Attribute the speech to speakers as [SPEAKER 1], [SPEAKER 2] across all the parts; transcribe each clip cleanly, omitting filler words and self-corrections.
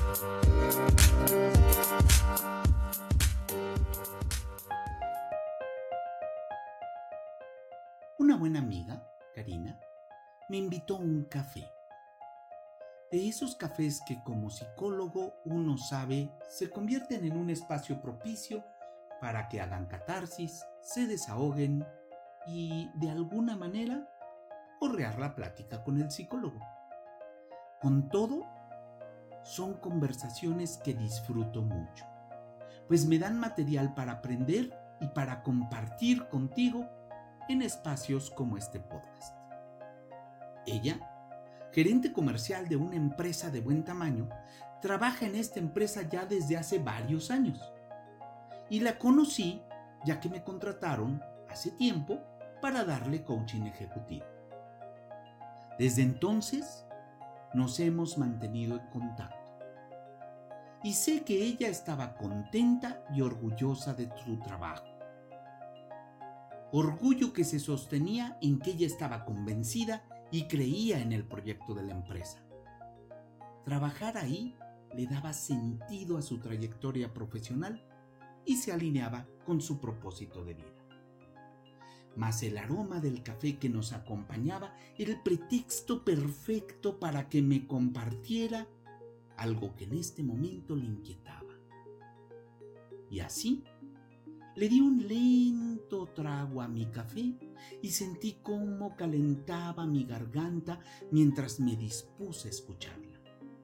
[SPEAKER 1] Una buena amiga, Karina, me invitó a un café. De esos cafés que como psicólogo uno sabe se convierten en un espacio propicio para que hagan catarsis, se desahoguen y de alguna manera correar la plática con el psicólogo. Con todo, son conversaciones que disfruto mucho, pues me dan material para aprender y para compartir contigo en espacios como este podcast. Ella, gerente comercial de una empresa de buen tamaño, trabaja en esta empresa ya desde hace varios años. Y la conocí ya que me contrataron hace tiempo para darle coaching ejecutivo. Desde entonces nos hemos mantenido en contacto. Y sé que ella estaba contenta y orgullosa de su trabajo. Orgullo que se sostenía en que ella estaba convencida y creía en el proyecto de la empresa. Trabajar ahí le daba sentido a su trayectoria profesional y se alineaba con su propósito de vida. Mas el aroma del café que nos acompañaba era el pretexto perfecto para que me compartiera algo que en este momento le inquietaba. Y así, le di un lento trago a mi café y sentí cómo calentaba mi garganta mientras me dispuse a escucharla.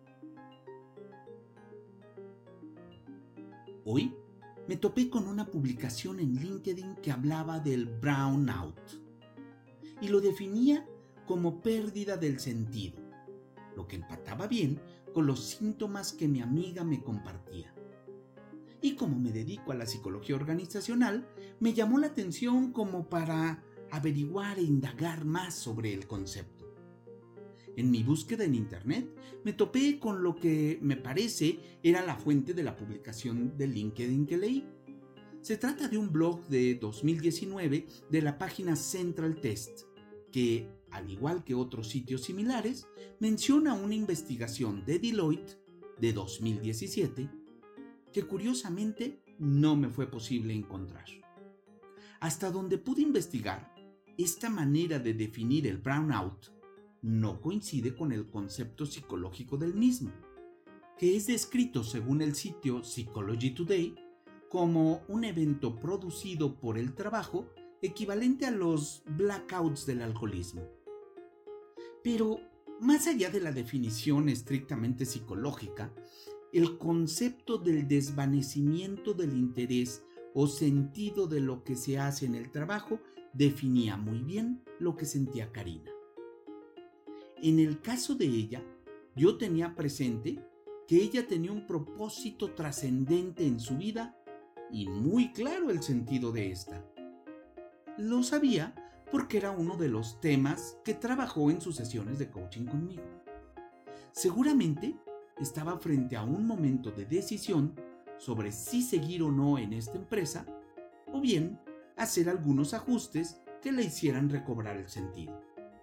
[SPEAKER 1] Hoy me topé con una publicación en LinkedIn que hablaba del brownout y lo definía como pérdida del sentido, lo que empataba bien con los síntomas que mi amiga me compartía. Y como me dedico a la psicología organizacional, me llamó la atención como para averiguar e indagar más sobre el concepto. En mi búsqueda en internet me topé con lo que me parece era la fuente de la publicación de LinkedIn que leí. Se trata de un blog de 2019 de la página Central Test, que, al igual que otros sitios similares, menciona una investigación de Deloitte de 2017 que curiosamente no me fue posible encontrar. Hasta donde pude investigar, esta manera de definir el brownout no coincide con el concepto psicológico del mismo, que es descrito según el sitio Psychology Today como un evento producido por el trabajo equivalente a los blackouts del alcoholismo. Pero más allá de la definición estrictamente psicológica, el concepto del desvanecimiento del interés o sentido de lo que se hace en el trabajo definía muy bien lo que sentía Karina. En el caso de ella, yo tenía presente que ella tenía un propósito trascendente en su vida y muy claro el sentido de esta. Lo sabía porque era uno de los temas que trabajó en sus sesiones de coaching conmigo. Seguramente estaba frente a un momento de decisión sobre si seguir o no en esta empresa o bien hacer algunos ajustes que le hicieran recobrar el sentido.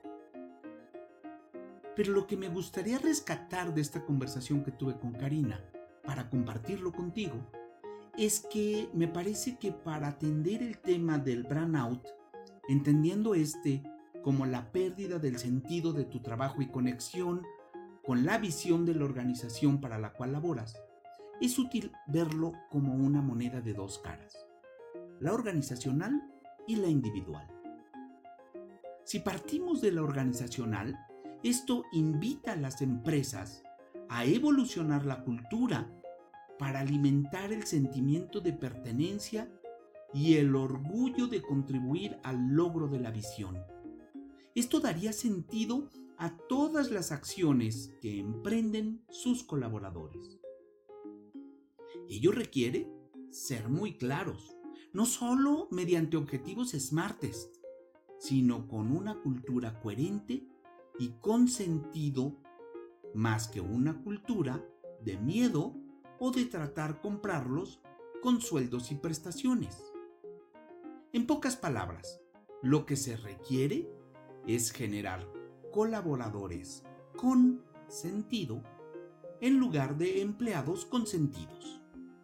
[SPEAKER 1] Pero lo que me gustaría rescatar de esta conversación que tuve con Karina para compartirlo contigo es que me parece que para atender el tema del burnout, entendiendo como la pérdida del sentido de tu trabajo y conexión con la visión de la organización para la cual laboras, es útil verlo como una moneda de dos caras, la organizacional y la individual. Si partimos de la organizacional, esto invita a las empresas a evolucionar la cultura para alimentar el sentimiento de pertenencia y el orgullo de contribuir al logro de la visión. Esto daría sentido a todas las acciones que emprenden sus colaboradores. Ello requiere ser muy claros, no solo mediante objetivos SMARTEST, sino con una cultura coherente y con sentido, más que una cultura de miedo o de tratar comprarlos con sueldos y prestaciones. En pocas palabras, lo que se requiere es generar colaboradores con sentido en lugar de empleados consentidos.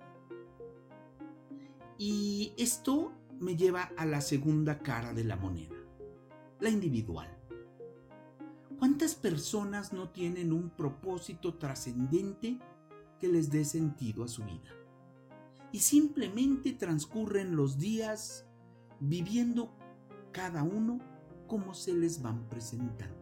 [SPEAKER 1] Y esto me lleva a la segunda cara de la moneda, la individual. ¿Cuántas personas no tienen un propósito trascendente que les dé sentido a su vida? Y simplemente transcurren los días viviendo cada uno como se les van presentando.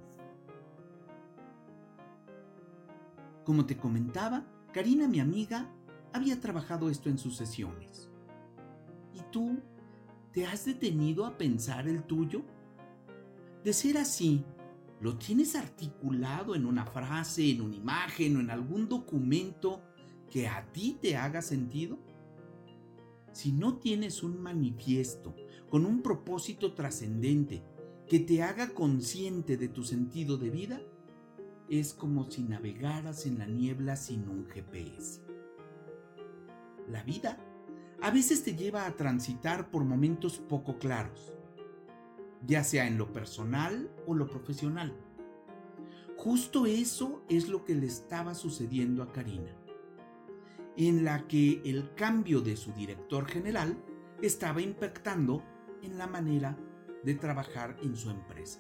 [SPEAKER 1] Como te comentaba, Karina, mi amiga, había trabajado esto en sus sesiones. ¿Y tú te has detenido a pensar el tuyo? De ser así, ¿lo tienes articulado en una frase, en una imagen o en algún documento que a ti te haga sentido? Si no tienes un manifiesto con un propósito trascendente que te haga consciente de tu sentido de vida, es como si navegaras en la niebla sin un GPS. La vida a veces te lleva a transitar por momentos poco claros, ya sea en lo personal o lo profesional. Justo eso es lo que le estaba sucediendo a Karina, en la que el cambio de su director general estaba impactando en la manera de trabajar en su empresa.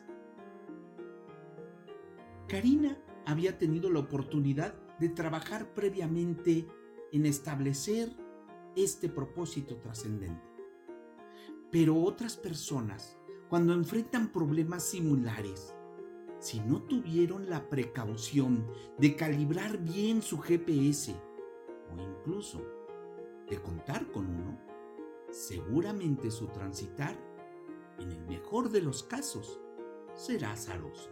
[SPEAKER 1] Karina había tenido la oportunidad de trabajar previamente en establecer este propósito trascendente. Pero otras personas, cuando enfrentan problemas similares, si no tuvieron la precaución de calibrar bien su GPS o incluso de contar con uno, seguramente su transitar, en el mejor de los casos, será azaroso.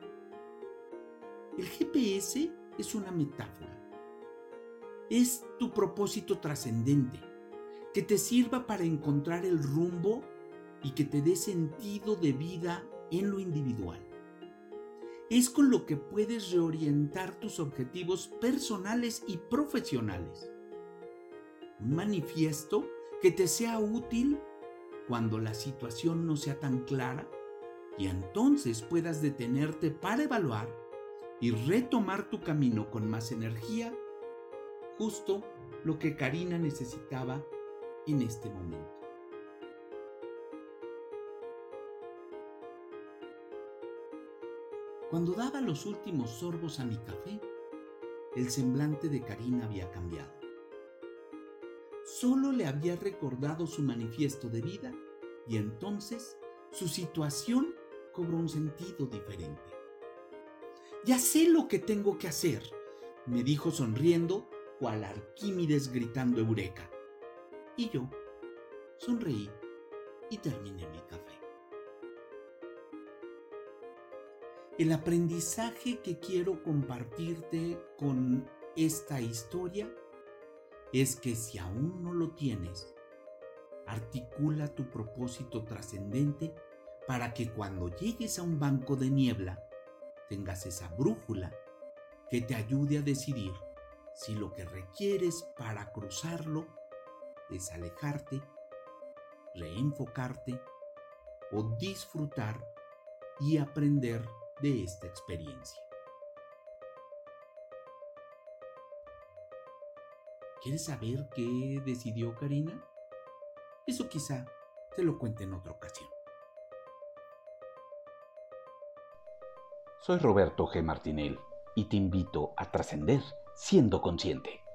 [SPEAKER 1] El GPS es una metáfora. Es tu propósito trascendente, que te sirva para encontrar el rumbo y que te dé sentido de vida en lo individual. Es con lo que puedes reorientar tus objetivos personales y profesionales. Un manifiesto que te sea útil cuando la situación no sea tan clara y entonces puedas detenerte para evaluar y retomar tu camino con más energía, justo lo que Karina necesitaba en este momento. Cuando daba los últimos sorbos a mi café, el semblante de Karina había cambiado. Solo le había recordado su manifiesto de vida y entonces su situación cobró un sentido diferente. «Ya sé lo que tengo que hacer», me dijo sonriendo, cual Arquímedes gritando eureka. Y yo sonreí y terminé mi café. El aprendizaje que quiero compartirte con esta historia es que si aún no lo tienes, articula tu propósito trascendente para que cuando llegues a un banco de niebla tengas esa brújula que te ayude a decidir si lo que requieres para cruzarlo es alejarte, reenfocarte o disfrutar y aprender de esta experiencia. ¿Quieres saber qué decidió Karina? Eso quizá te lo cuente en otra ocasión.
[SPEAKER 2] Soy Roberto G. Martinel y te invito a trascender siendo consciente.